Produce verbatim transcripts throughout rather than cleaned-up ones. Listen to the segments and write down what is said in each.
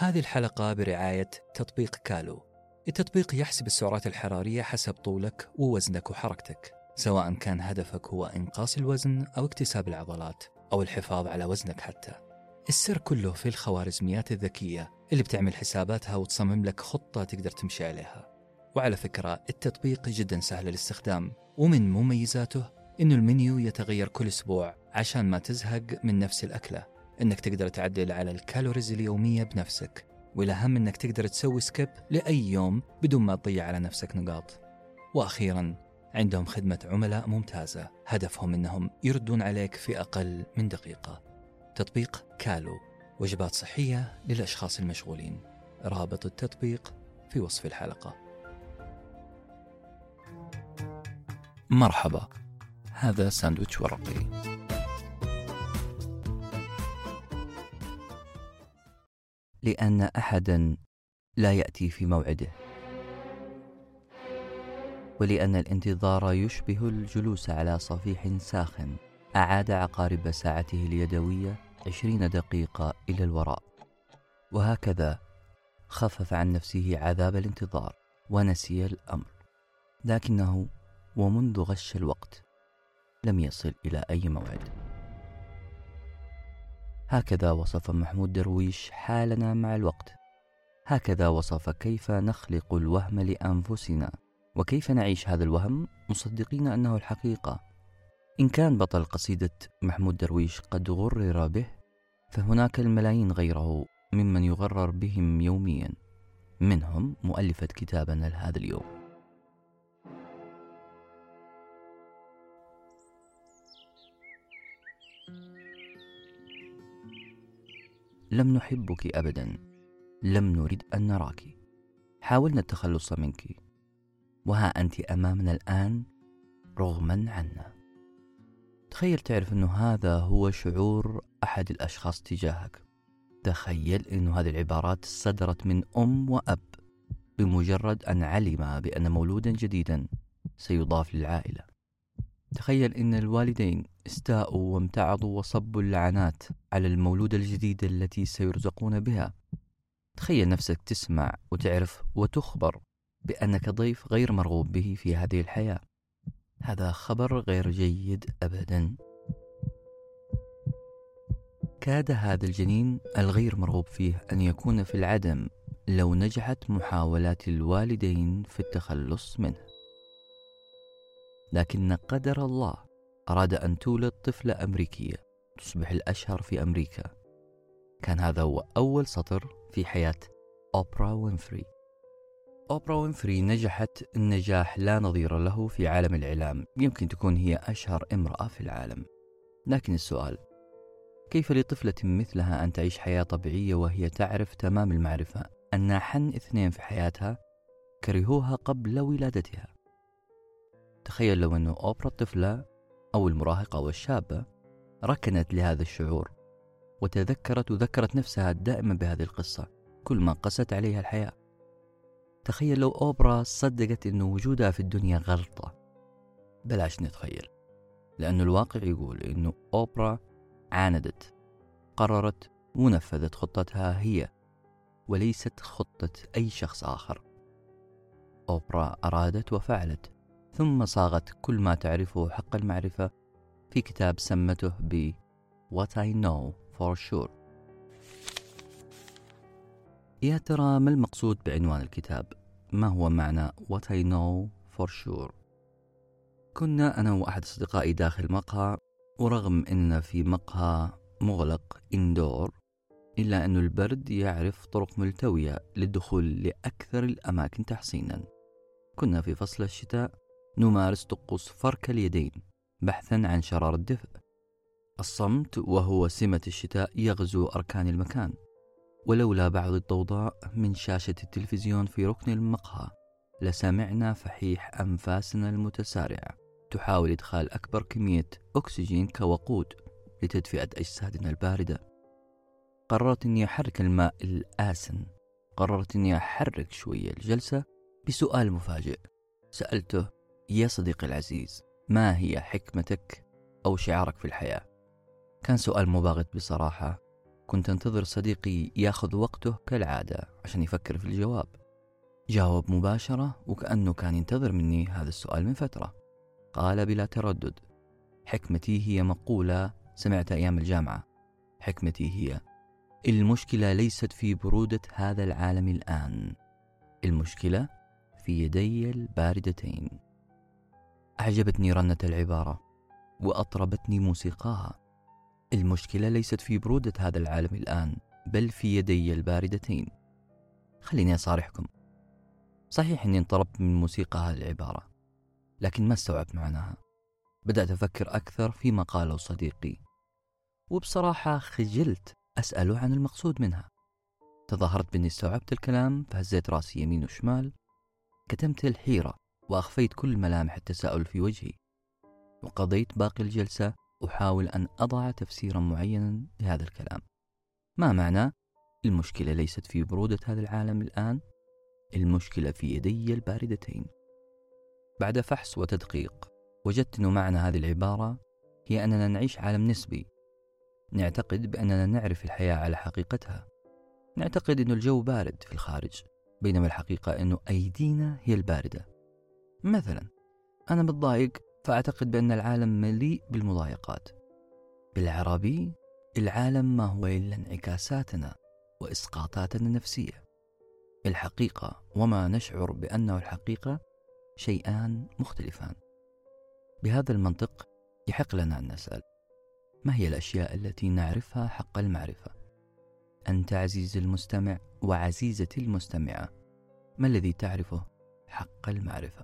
هذه الحلقة برعاية تطبيق كالو. التطبيق يحسب السعرات الحرارية حسب طولك ووزنك وحركتك، سواء كان هدفك هو إنقاص الوزن أو اكتساب العضلات أو الحفاظ على وزنك حتى. السر كله في الخوارزميات الذكية اللي بتعمل حساباتها وتصمم لك خطة تقدر تمشي عليها. وعلى فكرة التطبيق جدا سهل الاستخدام، ومن مميزاته إنه المنيو يتغير كل أسبوع عشان ما تزهق من نفس الأكلة، إنك تقدر تعدل على الكالوريز اليومية بنفسك، والأهم إنك تقدر تسوي سكيب لأي يوم بدون ما تضيع على نفسك نقاط. وأخيرا عندهم خدمة عملاء ممتازة، هدفهم إنهم يردون عليك في أقل من دقيقة. تطبيق كالو، وجبات صحية للأشخاص المشغولين. رابط التطبيق في وصف الحلقة. مرحبا، هذا ساندويتش ورقي. لأن أحدا لا يأتي في موعده، ولأن الانتظار يشبه الجلوس على صفيح ساخن، أعاد عقارب ساعته اليدوية عشرين دقيقة إلى الوراء، وهكذا خفف عن نفسه عذاب الانتظار ونسي الأمر. لكنه ومنذ غش الوقت لم يصل إلى أي موعد. هكذا وصف محمود درويش حالنا مع الوقت. هكذا وصف كيف نخلق الوهم لأنفسنا، وكيف نعيش هذا الوهم مصدقين أنه الحقيقة. إن كان بطل قصيدة محمود درويش قد غرر به، فهناك الملايين غيره ممن يغرر بهم يوميا، منهم مؤلفة كتابنا لهذا اليوم. لم نحبك أبدا، لم نريد أن نراك، حاولنا التخلص منك، وها أنت أمامنا الآن رغما عنا. تخيل تعرف أنه هذا هو شعور أحد الأشخاص تجاهك. تخيل أنه هذه العبارات صدرت من أم وأب بمجرد أن علم بأن مولودا جديدا سيضاف للعائلة. تخيل أن الوالدين استاءوا وامتعضوا وصبوا اللعنات على المولودة الجديدة التي سيرزقون بها. تخيل نفسك تسمع وتعرف وتخبر بأنك ضيف غير مرغوب به في هذه الحياة. هذا خبر غير جيد أبدا. كاد هذا الجنين الغير مرغوب فيه أن يكون في العدم لو نجحت محاولات الوالدين في التخلص منه. لكن قدر الله أراد أن تولد طفلة أمريكية تصبح الأشهر في أمريكا. كان هذا هو أول سطر في حياة أوبرا وينفري. أوبرا وينفري نجحت النجاح لا نظير له في عالم الإعلام، يمكن تكون هي أشهر امرأة في العالم. لكن السؤال، كيف لطفلة مثلها أن تعيش حياة طبيعية وهي تعرف تمام المعرفة أن حن اثنين في حياتها كرهوها قبل ولادتها؟ تخيل لو أن أوبرا الطفلة أو المراهقة أو الشابة ركنت لهذا الشعور وتذكرت وذكرت نفسها دائما بهذه القصة كل ما قست عليها الحياة. تخيل لو أوبرا صدقت أن وجودها في الدنيا غلطة. بلاش نتخيل، لأن الواقع يقول أن أوبرا عاندت، قررت ونفذت خطتها هي وليست خطة أي شخص آخر. أوبرا أرادت وفعلت، ثم صاغت كل ما تعرفه حق المعرفة في كتاب سمته ب What I Know For Sure. يا ترى ما المقصود بعنوان الكتاب؟ ما هو معنى What I Know For Sure؟ كنا أنا وأحد أصدقائي داخل مقهى، ورغم أن في مقهى مغلق إندور إلا أن البرد يعرف طرق ملتوية للدخول لأكثر الأماكن تحصينا. كنا في فصل الشتاء نمارس طقوس فرك اليدين بحثا عن شرار الدفء. الصمت وهو سمة الشتاء يغزو أركان المكان، ولولا بعض الضوضاء من شاشة التلفزيون في ركن المقهى لسمعنا فحيح أنفاسنا المتسارعة تحاول إدخال أكبر كمية أكسجين كوقود لتدفئة أجسادنا الباردة. قررت أني أحرك الماء الآسن. قررت أني أحرك شوية الجلسة بسؤال مفاجئ. سألته: يا صديقي العزيز، ما هي حكمتك أو شعارك في الحياة؟ كان سؤال مباغت بصراحة. كنت أنتظر صديقي ياخذ وقته كالعادة عشان يفكر في الجواب. جاوب مباشرة وكأنه كان ينتظر مني هذا السؤال من فترة. قال بلا تردد: حكمتي هي مقولة سمعت أيام الجامعة. حكمتي هي: المشكلة ليست في برودة هذا العالم الآن، المشكلة في يدي الباردتين. أعجبتني رنة العبارة وأطربتني موسيقاها. المشكلة ليست في برودة هذا العالم الآن، بل في يدي الباردتين. خليني أصارحكم، صحيح أني انطربت من موسيقى هذه العبارة، لكن ما استوعبت معناها. بدأت أفكر أكثر فيما قاله صديقي، وبصراحة خجلت أسأله عن المقصود منها. تظاهرت بأني استوعبت الكلام، فهزيت راسي يمين وشمال، كتمت الحيرة وأخفيت كل ملامح التساؤل في وجهي، وقضيت باقي الجلسة أحاول أن أضع تفسيرا معينا لهذا الكلام. ما معنى المشكلة ليست في برودة هذا العالم الآن، المشكلة في يدي الباردتين؟ بعد فحص وتدقيق وجدت أن معنى هذه العبارة هي أننا نعيش عالم نسبي، نعتقد بأننا نعرف الحياة على حقيقتها. نعتقد أن الجو بارد في الخارج، بينما الحقيقة أن أيدينا هي الباردة. مثلا أنا متضايق فأعتقد بأن العالم مليء بالمضايقات. بالعربي، العالم ما هو إلا انعكاساتنا وإسقاطاتنا النفسية. الحقيقة وما نشعر بأنه الحقيقة شيئان مختلفان. بهذا المنطق يحق لنا أن نسأل: ما هي الأشياء التي نعرفها حق المعرفة؟ أنت عزيزي المستمع وعزيزتي المستمعة، ما الذي تعرفه حق المعرفة؟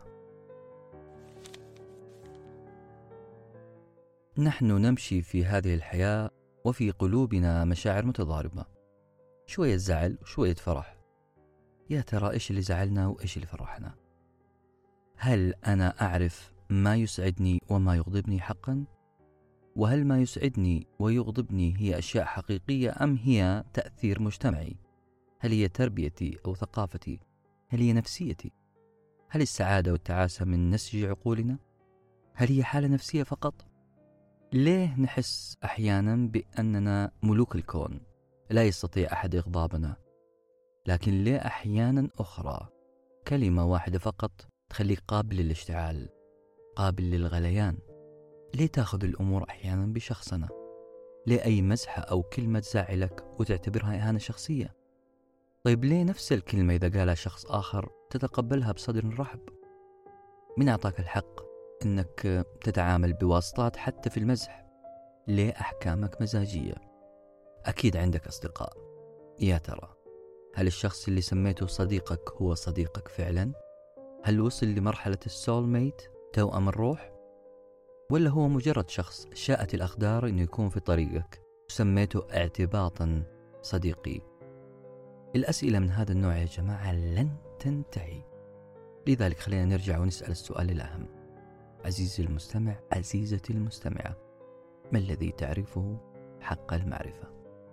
نحن نمشي في هذه الحياة وفي قلوبنا مشاعر متضاربة، شوية زعل وشوية فرح. يا ترى إيش اللي زعلنا وإيش اللي فرحنا؟ هل أنا أعرف ما يسعدني وما يغضبني حقا؟ وهل ما يسعدني ويغضبني هي أشياء حقيقية أم هي تأثير مجتمعي؟ هل هي تربيتي أو ثقافتي؟ هل هي نفسيتي؟ هل السعادة والتعاسة من نسج عقولنا؟ هل هي حالة نفسية فقط؟ ليه نحس أحيانا بأننا ملوك الكون لا يستطيع أحد إغضابنا؟ لكن ليه أحيانا أخرى كلمة واحدة فقط تخليك قابل للاشتعال، قابل للغليان؟ ليه تأخذ الأمور أحيانا بشخصنا؟ ليه أي مزحة أو كلمة تزعلك وتعتبرها إهانة شخصية؟ طيب ليه نفس الكلمة إذا قالها شخص آخر تتقبلها بصدر رحب؟ من أعطاك الحق أنك تتعامل بواسطات حتى في المزح؟ ليه أحكامك مزاجية؟ أكيد عندك أصدقاء. يا ترى هل الشخص اللي سميته صديقك هو صديقك فعلا؟ هل وصل لمرحلة السول ميت، توأم الروح؟ ولا هو مجرد شخص شاءت الأقدار أنه يكون في طريقك وسميته اعتباطا صديقي؟ الأسئلة من هذا النوع يا جماعة لن تنتهي، لذلك خلينا نرجع ونسأل السؤال الأهم. عزيزي المستمع، عزيزتي المستمعة، ما الذي تعرفه حق المعرفة؟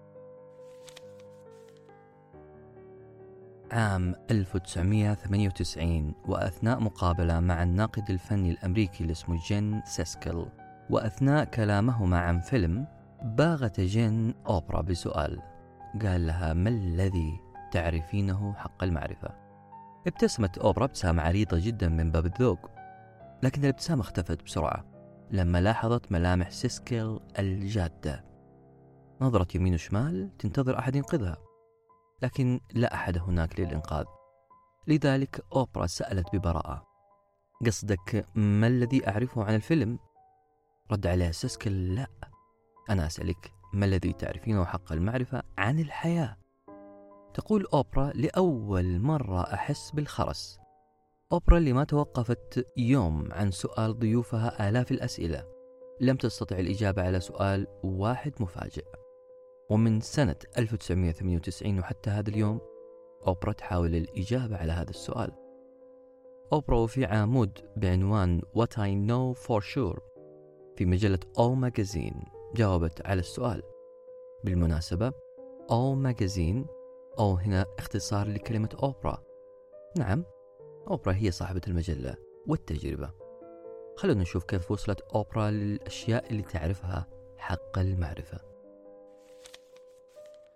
عام ألف وتسعمائة وثمانية وتسعين، وأثناء مقابلة مع الناقد الفني الأمريكي اللي اسمه جين سيسكل، وأثناء كلامهما عن فيلم، باغت جين أوبرا بسؤال. قال لها: ما الذي تعرفينه حق المعرفة؟ ابتسمت أوبرا ابتسامة عريضة جدا من باب الذوق، لكن الابتسامة اختفت بسرعة لما لاحظت ملامح سيسكل الجادة. نظرت يمين وشمال تنتظر أحد ينقذها، لكن لا أحد هناك للإنقاذ. لذلك أوبرا سألت ببراءة: قصدك ما الذي أعرفه عن الفيلم؟ رد عليها سيسكل: لا، أنا أسألك ما الذي تعرفينه حق المعرفة عن الحياة. تقول أوبرا: لأول مرة أحس بالخرس. أوبرا اللي ما توقفت يوم عن سؤال ضيوفها آلاف الأسئلة، لم تستطع الإجابة على سؤال واحد مفاجئ. ومن سنة ألف وتسعمائة وثمانية وتسعين وحتى هذا اليوم أوبرا تحاول الإجابة على هذا السؤال. أوبرا وفي عمود بعنوان What I Know For Sure في مجلة أو ماجازين جاوبت على السؤال. بالمناسبة، أو ماجازين أو هنا اختصار لكلمة أوبرا. نعم، أوبرا هي صاحبة المجلة والتجربة. خلونا نشوف كيف وصلت أوبرا للأشياء اللي تعرفها حق المعرفة.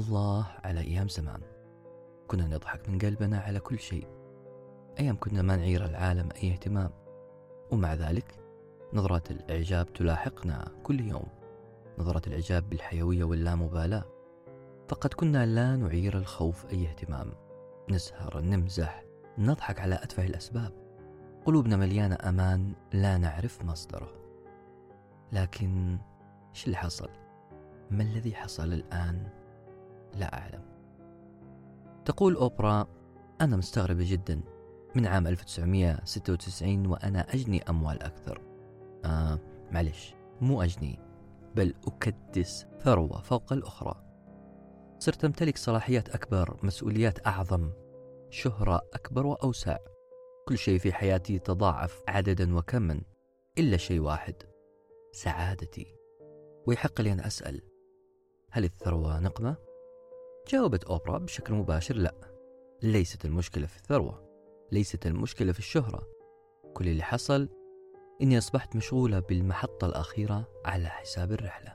الله على أيام زمان، كنا نضحك من قلبنا على كل شيء. أيام كنا ما نعير العالم أي اهتمام، ومع ذلك نظرات الإعجاب تلاحقنا كل يوم، نظرة الإعجاب بالحيوية واللامبالاة. فقد كنا لا نعير الخوف أي اهتمام، نسهر، نمزح، نضحك على أتفه الأسباب، قلوبنا مليانة أمان لا نعرف مصدره. لكن إيش اللي حصل؟ ما الذي حصل الآن؟ لا أعلم. تقول أوبرا: أنا مستغربة جدا، من عام ألف وتسعمائة وستة وتسعين وأنا أجني أموال أكثر. آه معلش، مو أجني، بل أكدس ثروة فوق الأخرى. صرت أمتلك صلاحيات أكبر، مسؤوليات أعظم، شهرة أكبر وأوسع. كل شيء في حياتي تضاعف عددا وكما، إلا شيء واحد: سعادتي. ويحق لي أن أسأل: هل الثروة نقمة؟ جاوبت أوبرا بشكل مباشر: لا، ليست المشكلة في الثروة، ليست المشكلة في الشهرة. كل اللي حصل إني أصبحت مشغولة بالمحطة الأخيرة على حساب الرحلة.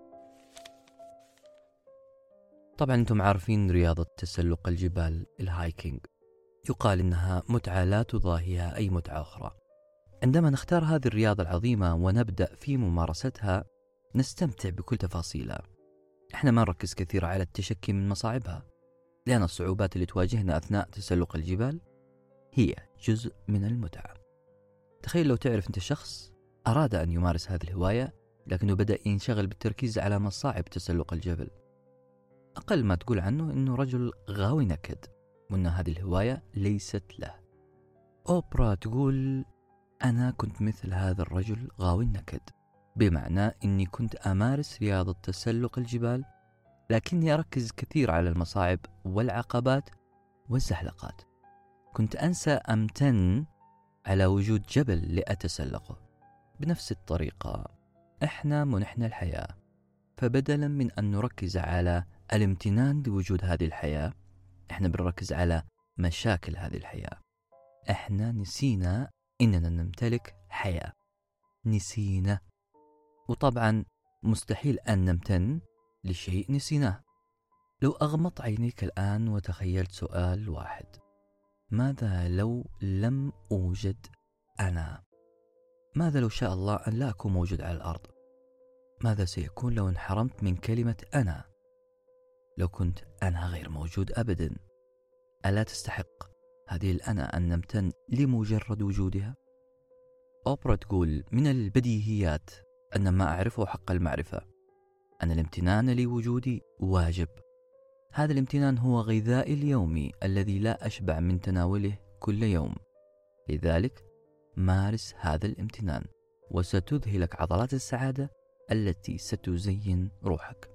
طبعا أنتم عارفين رياضة تسلق الجبال، الهايكينج، يقال إنها متعة لا تضاهيها أي متعة أخرى. عندما نختار هذه الرياضة العظيمة ونبدأ في ممارستها نستمتع بكل تفاصيلها. احنا ما نركز كثير على التشكي من مصاعبها، لأن الصعوبات اللي تواجهنا أثناء تسلق الجبال هي جزء من المتعة. تخيل لو تعرف أنت شخص أراد أن يمارس هذه الهواية، لكنه بدأ ينشغل بالتركيز على مصاعب تسلق الجبل. أقل ما تقول عنه أنه رجل غاوي نكد، وأن هذه الهواية ليست له. أوبرا تقول: أنا كنت مثل هذا الرجل غاوي النكد، بمعنى أني كنت أمارس رياضة تسلق الجبال، لكني أركز كثير على المصاعب والعقبات والزحلقات. كنت أنسى أمتن على وجود جبل لأتسلقه. بنفس الطريقة إحنا منحنا الحياة، فبدلا من أن نركز على الامتنان لوجود هذه الحياة، إحنا بنركز على مشاكل هذه الحياة. إحنا نسينا إننا نمتلك حياة، نسينا. وطبعا مستحيل أن نمتن لشيء نسيناه. لو أغمضت عينيك الآن وتخيلت سؤال واحد: ماذا لو لم أوجد أنا؟ ماذا لو شاء الله أن لا أكون موجود على الأرض؟ ماذا سيكون لو انحرمت من كلمة أنا؟ لو كنت أنا غير موجود أبدا، ألا تستحق هذه الأنا أن نمتن لمجرد وجودها؟ أوبرا تقول: من البديهيات أن ما أعرفه حق المعرفة، أن الامتنان لوجودي واجب. هذا الامتنان هو غذائي اليومي الذي لا أشبع من تناوله كل يوم. لذلك مارس هذا الامتنان، وستذهلك عضلات السعادة التي ستزين روحك.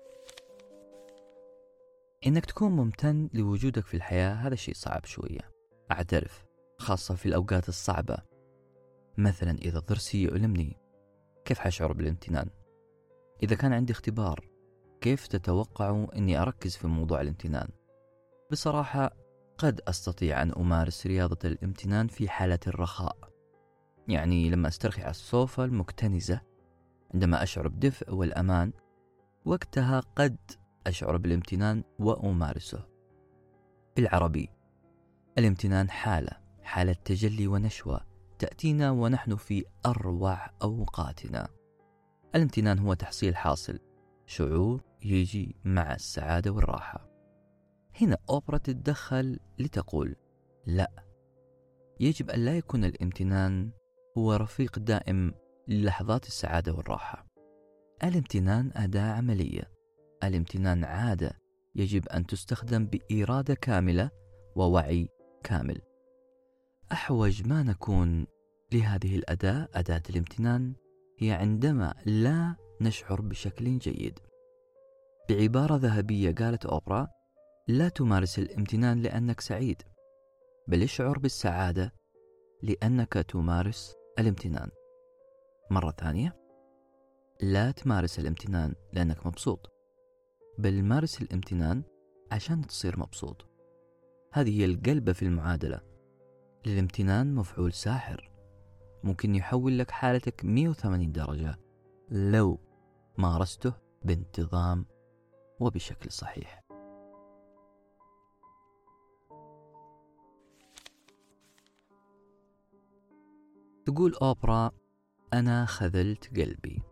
إنك تكون ممتن لوجودك في الحياة هذا شيء صعب شوية، أعترف، خاصة في الأوقات الصعبة. مثلا إذا ضرسي يؤلمني، كيف حشعر بالامتنان؟ إذا كان عندي اختبار، كيف تتوقعوا أني أركز في موضوع الامتنان؟ بصراحة قد أستطيع أن أمارس رياضة الامتنان في حالة الرخاء، يعني لما أسترخي على الصوفة المكتنزة، عندما أشعر بدفء والأمان، وقتها قد أشعر بالامتنان وأمارسه. بالعربي، الامتنان حالة حالة تجلي ونشوة تأتينا ونحن في أروع أوقاتنا. الامتنان هو تحصيل حاصل، شعور يجي مع السعادة والراحة. هنا أوبرا تتدخل لتقول: لا، يجب أن لا يكون الامتنان هو رفيق دائم للحظات السعادة والراحة. الامتنان أداة عملية، الامتنان عادة يجب أن تستخدم بإرادة كاملة ووعي كامل. أحوج ما نكون لهذه الأداة، أداة الامتنان، هي عندما لا نشعر بشكل جيد. بعبارة ذهبية قالت أوبرا: لا تمارس الامتنان لأنك سعيد، بل اشعر بالسعادة لأنك تمارس الامتنان. مرة ثانية، لا تمارس الامتنان لأنك مبسوط، بل مارس الامتنان عشان تصير مبسوط. هذه هي القلبة في المعادلة. للامتنان مفعول ساحر، ممكن يحول لك حالتك مئة وثمانين درجة لو مارسته بانتظام وبشكل صحيح. تقول أوبرا: أنا خذلت قلبي.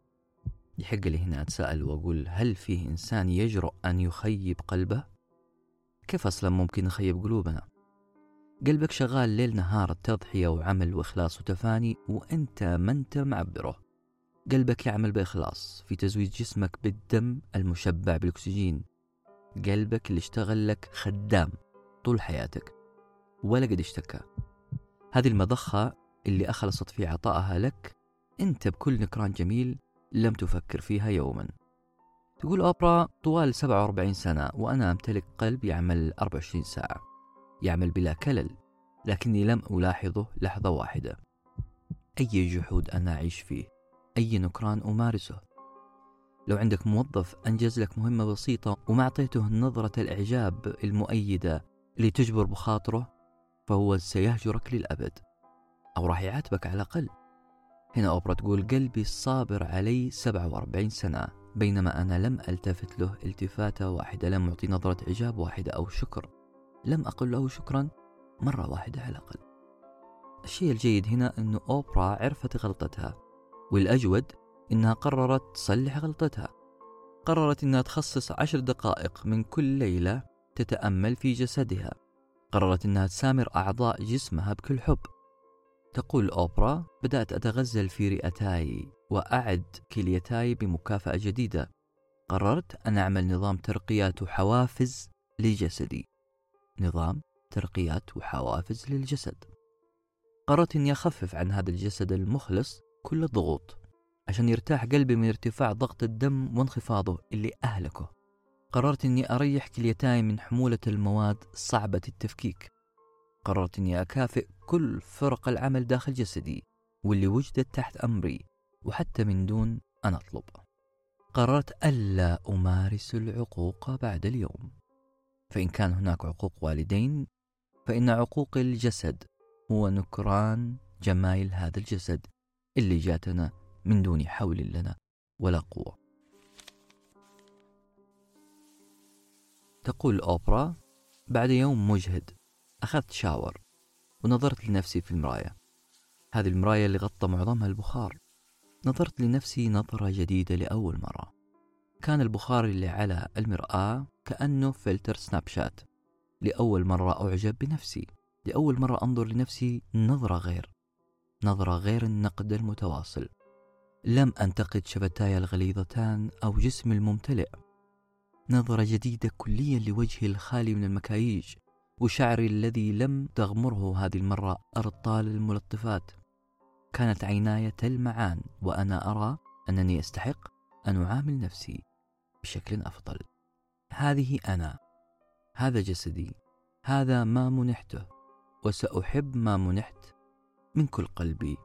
يحق لي هنا أتساءل وأقول: هل فيه إنسان يجرؤ أن يخيب قلبه؟ كيف أصلا ممكن نخيب قلوبنا؟ قلبك شغال ليل نهار التضحية وعمل وإخلاص وتفاني، وأنت ما أنت معبره. قلبك يعمل بإخلاص في تزويد جسمك بالدم المشبع بالأكسجين. قلبك اللي اشتغل لك خدام طول حياتك ولا قد اشتكى. هذه المضخة اللي أخلصت في عطائها لك أنت بكل نكران جميل لم تفكر فيها يوما. تقول أوبرا: طوال سبعة وأربعين سنة وأنا أمتلك قلب يعمل أربعة وعشرين ساعة، يعمل بلا كلل، لكني لم ألاحظه لحظة واحدة. أي جحود أنا أعيش فيه، أي نكران أمارسه. لو عندك موظف أنجز لك مهمة بسيطة وما أعطيته نظرة الإعجاب المؤيدة اللي تجبر بخاطره، فهو سيهجرك للأبد أو راح يعاتبك على الأقل. هنا أوبرا تقول: قلبي الصابر علي سبعة وأربعين سنة، بينما أنا لم ألتفت له التفاتة واحدة، لم أعطي نظرة إعجاب واحدة أو شكر، لم أقل له شكرا مرة واحدة على الأقل. الشيء الجيد هنا أنه أوبرا عرفت غلطتها، والأجود أنها قررت تصلح غلطتها. قررت أنها تخصص عشر دقائق من كل ليلة تتأمل في جسدها. قررت أنها تسامر أعضاء جسمها بكل حب. تقول أوبرا: بدأت أتغزل في رئتاي وأعد كليتاي بمكافأة جديدة. قررت أن أعمل نظام ترقيات وحوافز لجسدي. نظام ترقيات وحوافز للجسد. قررت أني أخفف عن هذا الجسد المخلص كل الضغوط عشان يرتاح قلبي من ارتفاع ضغط الدم وانخفاضه اللي أهلكه. قررت أني أريح كليتاي من حمولة المواد صعبة التفكيك. قررت أني أكافئ كل فرق العمل داخل جسدي واللي وجدت تحت أمري وحتى من دون أن أطلب. قررت ألا أمارس العقوق بعد اليوم، فإن كان هناك عقوق والدين فإن عقوق الجسد هو نكران جمايل هذا الجسد اللي جاتنا من دون حول لنا ولا قوة. تقول أوبرا: بعد يوم مجهد أخذت شاور ونظرت لنفسي في المراية. هذه المراية اللي غطى معظمها البخار. نظرت لنفسي نظرة جديدة لأول مرة. كان البخار اللي على المرآة كأنه فلتر سناب شات. لأول مرة أعجب بنفسي. لأول مرة أنظر لنفسي نظرة غير نظرة غير النقد المتواصل. لم أنتقد شفتاي الغليظتان أو جسمي الممتلئ. نظرة جديدة كليا لوجهي الخالي من المكاييج وشعري الذي لم تغمره هذه المرة أرطال الملطفات. كانت عيناي تلمعان وأنا أرى أنني أستحق أن أعامل نفسي بشكل أفضل. هذه أنا، هذا جسدي، هذا ما منحته، وسأحب ما منحت من كل قلبي.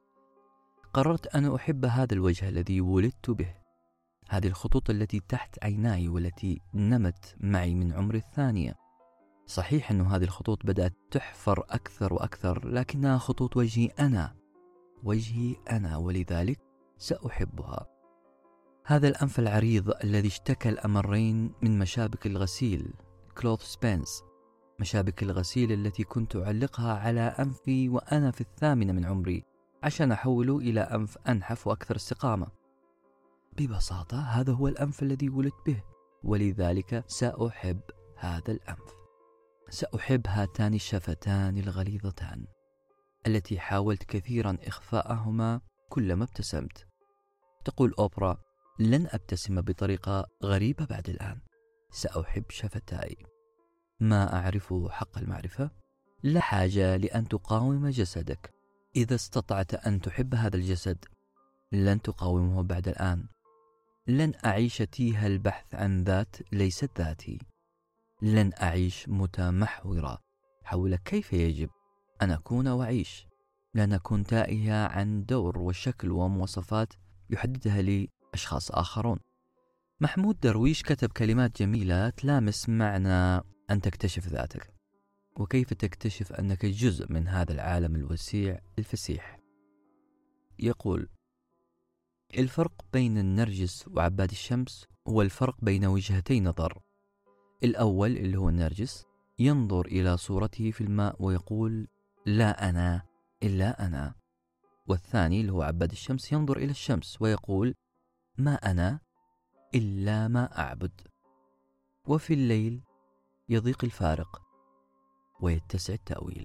قررت أن أحب هذا الوجه الذي ولدت به، هذه الخطوط التي تحت عيناي والتي نمت معي من عمر الثانية. صحيح أن هذه الخطوط بدأت تحفر أكثر وأكثر، لكنها خطوط وجهي أنا، وجهي أنا، ولذلك سأحبها. هذا الأنف العريض الذي اشتكى الأمرين من مشابك الغسيل، كلوث سبينز، مشابك الغسيل التي كنت أعلقها على أنفي وأنا في الثامنة من عمري عشان أحوله إلى أنف أنحف وأكثر استقامة. ببساطة هذا هو الأنف الذي ولدت به، ولذلك سأحب هذا الأنف. سأحب هاتان الشفتان الغليظتان التي حاولت كثيرا إخفاءهما كلما ابتسمت. تقول أوبرا: لن أبتسم بطريقة غريبة بعد الآن. سأحب شفتاي. ما أعرفه حق المعرفة؟ لا حاجة لأن تقاوم جسدك. إذا استطعت أن تحب هذا الجسد لن تقاومه بعد الآن. لن أعيش تيه البحث عن ذات ليست ذاتي. لن أعيش متمحورة حول كيف يجب أن أكون وأعيش. لن أكون تائهة عن دور وشكل ومواصفات يحددها لي أشخاص آخرون. محمود درويش كتب كلمات جميلة تلامس معنى أن تكتشف ذاتك، وكيف تكتشف أنك جزء من هذا العالم الوسيع الفسيح. يقول: الفرق بين النرجس وعباد الشمس هو الفرق بين وجهتي نظر. الأول اللي هو النرجس ينظر إلى صورته في الماء ويقول لا أنا إلا أنا. والثاني اللي هو عباد الشمس ينظر إلى الشمس ويقول ما أنا إلا ما أعبد. وفي الليل يضيق الفارق ويتسع التأويل.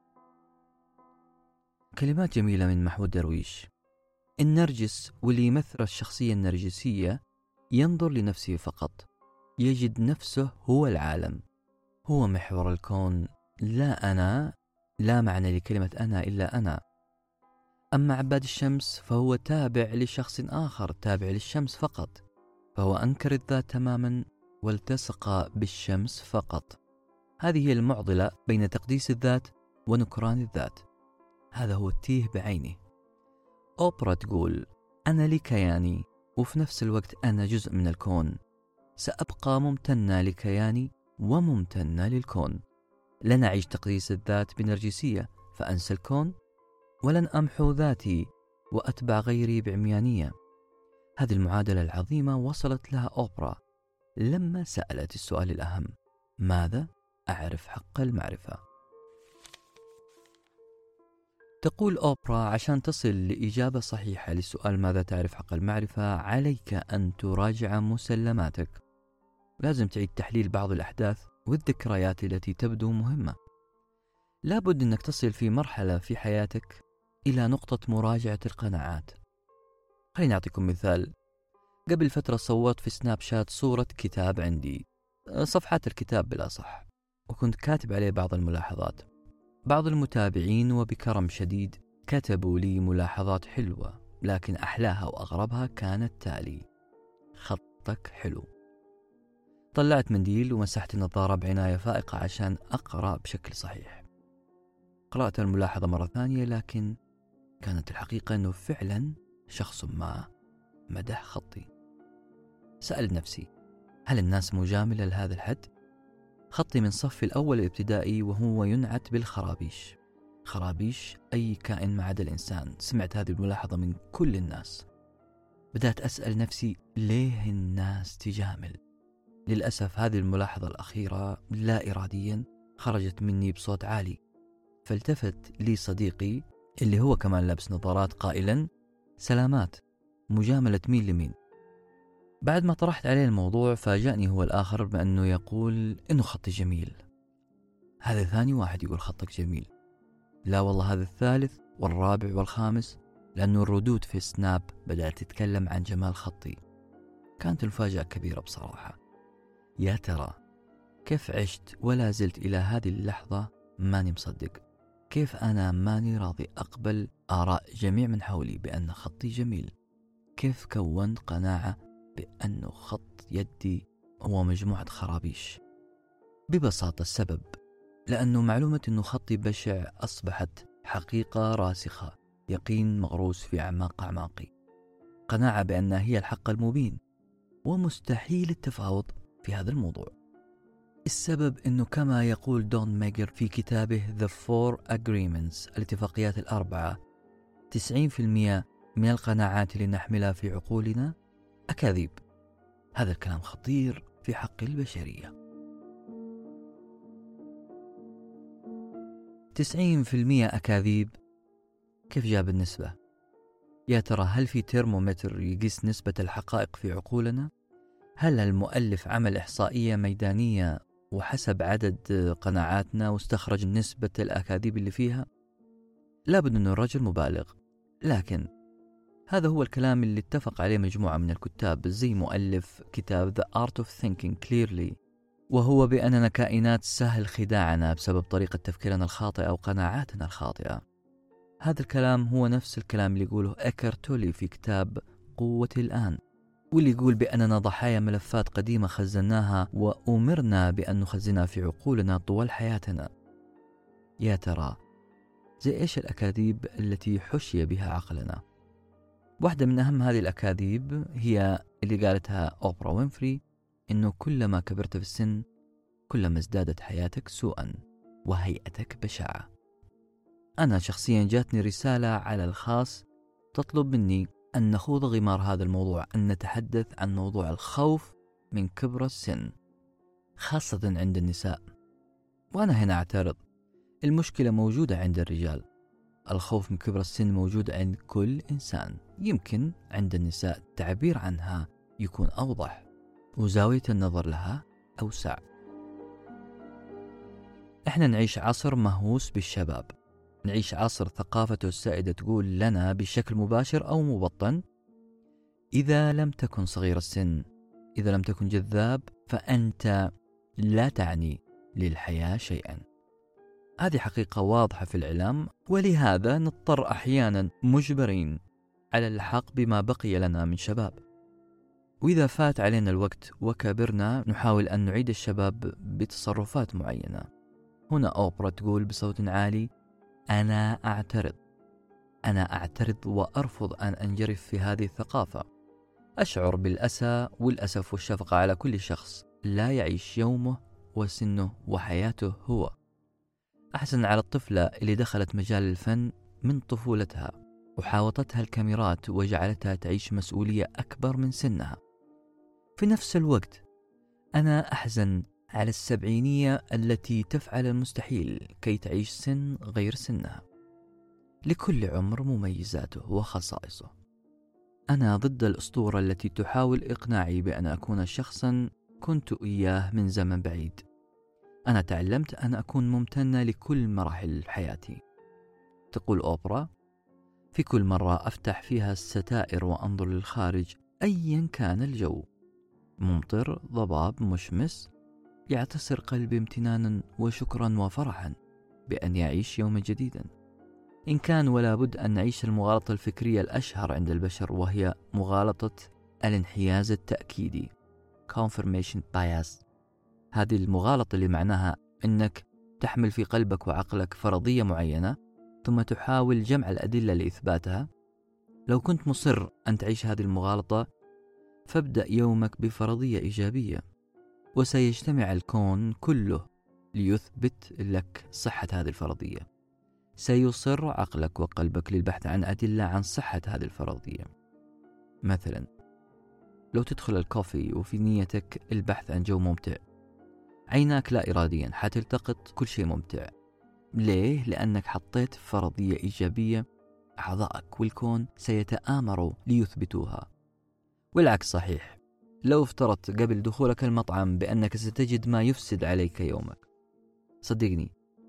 كلمات جميلة من محمود درويش. النرجس واللي يمثل الشخصية النرجسية ينظر لنفسه فقط، يجد نفسه هو العالم، هو محور الكون، لا أنا، لا معنى لكلمة أنا إلا أنا. أما عباد الشمس فهو تابع لشخص آخر، تابع للشمس فقط، فهو أنكر الذات تماما والتصق بالشمس فقط. هذه هي المعضلة بين تقديس الذات ونكران الذات. هذا هو التيه بعينه. أوبرا تقول أنا لي كياني وفي نفس الوقت أنا جزء من الكون، سأبقى ممتنة لكياني وممتنة للكون. لن أعيش تقديس الذات بنرجسية فأنسى الكون، ولن أمحو ذاتي وأتبع غيري بعميانية. هذه المعادلة العظيمة وصلت لها أوبرا لما سألت السؤال الأهم: ماذا أعرف حق المعرفة؟ تقول أوبرا عشان تصل لإجابة صحيحة للسؤال ماذا تعرف حق المعرفة عليك أن تراجع مسلماتك. لازم تعيد تحليل بعض الأحداث والذكريات التي تبدو مهمة. لابد أنك تصل في مرحلة في حياتك إلى نقطة مراجعة القناعات. خليني أعطيكم مثال. قبل فترة صورت في سناب شات صورة كتاب عندي، صفحات الكتاب بلا صح، وكنت كاتب عليه بعض الملاحظات. بعض المتابعين وبكرم شديد كتبوا لي ملاحظات حلوة، لكن أحلاها وأغربها كانت تالي: خطك حلو. طلعت منديل ومسحت النظارة بعناية فائقة عشان أقرأ بشكل صحيح. قرأت الملاحظة مرة ثانية، لكن كانت الحقيقة أنه فعلا شخص ما مدح خطي. سألت نفسي: هل الناس مجاملة لهذا الحد؟ خطي من صف الأول الابتدائي وهو ينعت بالخرابيش. خرابيش أي كائن ما عدا الإنسان. سمعت هذه الملاحظة من كل الناس. بدأت أسأل نفسي ليه الناس تجامل؟ للأسف هذه الملاحظة الأخيرة لا إراديا خرجت مني بصوت عالي. فالتفت لي صديقي اللي هو كمان لابس نظارات قائلا: سلامات، مجاملة مين لمين؟ بعد ما طرحت عليه الموضوع فاجأني هو الآخر بأنه يقول إنه خطي جميل. هذا ثاني واحد يقول خطك جميل. لا والله هذا الثالث والرابع والخامس، لأنه الردود في سناب بدأت تتكلم عن جمال خطي. كانت المفاجأة كبيرة بصراحة. يا ترى كيف عشت ولا زلت إلى هذه اللحظة ماني مصدق؟ كيف أنا ماني راضي أقبل آراء جميع من حولي بأن خطي جميل؟ كيف كونت قناعة بأنه خط يدي هو مجموعة خرابيش؟ ببساطة السبب لأنه معلومة أنه خطي بشع أصبحت حقيقة راسخة، يقين مغروس في أعماق أعماقي، قناعة بأنها هي الحق المبين ومستحيل التفاوض في هذا الموضوع. السبب أنه كما يقول دون ميجر في كتابه The Four Agreements، الاتفاقيات الأربعة، تسعين بالمئة من القناعات اللي نحملها في عقولنا أكاذيب. هذا الكلام خطير في حق البشرية. تسعين بالمئة أكاذيب. كيف جاب النسبة؟ يا ترى هل في ترمومتر يقيس نسبة الحقائق في عقولنا؟ هل المؤلف عمل إحصائية ميدانية وحسب عدد قناعاتنا واستخرج نسبة الأكاذيب اللي فيها؟ لابد أنه الرجل مبالغ، لكن هذا هو الكلام اللي اتفق عليه مجموعة من الكتاب زي مؤلف كتاب The Art of Thinking Clearly، وهو بأننا كائنات سهل خداعنا بسبب طريقة تفكيرنا الخاطئة وقناعاتنا الخاطئة. هذا الكلام هو نفس الكلام اللي يقوله إيكارت تولي في كتاب قوة الآن، واللي يقول بأننا ضحايا ملفات قديمة خزناها وأمرنا بأن نخزنها في عقولنا طوال حياتنا. يا ترى زي إيش الأكاذيب التي حشي بها عقلنا؟ واحدة من أهم هذه الأكاذيب هي اللي قالتها أوبرا وينفري، إنه كلما كبرت في السن كلما ازدادت حياتك سوءا وهيئتك بشعة. أنا شخصيا جاتني رسالة على الخاص تطلب مني أن نخوض غمار هذا الموضوع، أن نتحدث عن موضوع الخوف من كبر السن، خاصة عند النساء. وأنا هنا أعترض، المشكلة موجودة عند الرجال، الخوف من كبر السن موجود عند كل إنسان. يمكن عند النساء التعبير عنها يكون أوضح وزاوية النظر لها أوسع. إحنا نعيش عصر مهووس بالشباب، نعيش عصر ثقافته السائدة تقول لنا بشكل مباشر أو مبطن: إذا لم تكن صغير السن، إذا لم تكن جذاب، فأنت لا تعني للحياة شيئا. هذه حقيقة واضحة في الإعلام، ولهذا نضطر أحيانا مجبرين على الحق بما بقي لنا من شباب. وإذا فات علينا الوقت وكبرنا نحاول أن نعيد الشباب بتصرفات معينة. هنا أوبرا تقول بصوت عالي: أنا أعترض أنا أعترض وأرفض أن أنجرف في هذه الثقافة. أشعر بالأسى والأسف والشفقة على كل شخص لا يعيش يومه وسنه وحياته هو. أحزن على الطفلة اللي دخلت مجال الفن من طفولتها وحاوطتها الكاميرات وجعلتها تعيش مسؤولية أكبر من سنها. في نفس الوقت أنا أحزن على السبعينية التي تفعل المستحيل كي تعيش سن غير سنها. لكل عمر مميزاته وخصائصه. أنا ضد الأسطورة التي تحاول إقناعي بأن أكون شخصا كنت إياه من زمن بعيد. أنا تعلمت أن أكون ممتنة لكل مراحل حياتي. تقول أوبرا: في كل مرة أفتح فيها الستائر وأنظر للخارج أيا كان الجو، ممطر، ضباب، مشمس، يعتصر قلبي امتنانا وشكرا وفرحا بأن يعيش يوما جديدا. إن كان ولا بد أن نعيش المغالطة الفكرية الأشهر عند البشر، وهي مغالطة الانحياز التأكيدي confirmation bias. هذه المغالطة اللي معناها أنك تحمل في قلبك وعقلك فرضية معينة ثم تحاول جمع الأدلة لإثباتها. لو كنت مصر أن تعيش هذه المغالطة فابدأ يومك بفرضية إيجابية، وسيجتمع الكون كله ليثبت لك صحة هذه الفرضية. سيصر عقلك وقلبك للبحث عن أدلة عن صحة هذه الفرضية. مثلا لو تدخل الكوفي وفي نيتك البحث عن جو ممتع، عيناك لا إراديا حتلتقط كل شيء ممتع. ليه؟ لأنك حطيت فرضية إيجابية، أعضائك والكون سيتآمروا ليثبتوها. والعكس صحيح. لو افترضت قبل دخولك المطعم بأنك ستجد ما يفسد عليك يومك، صدقني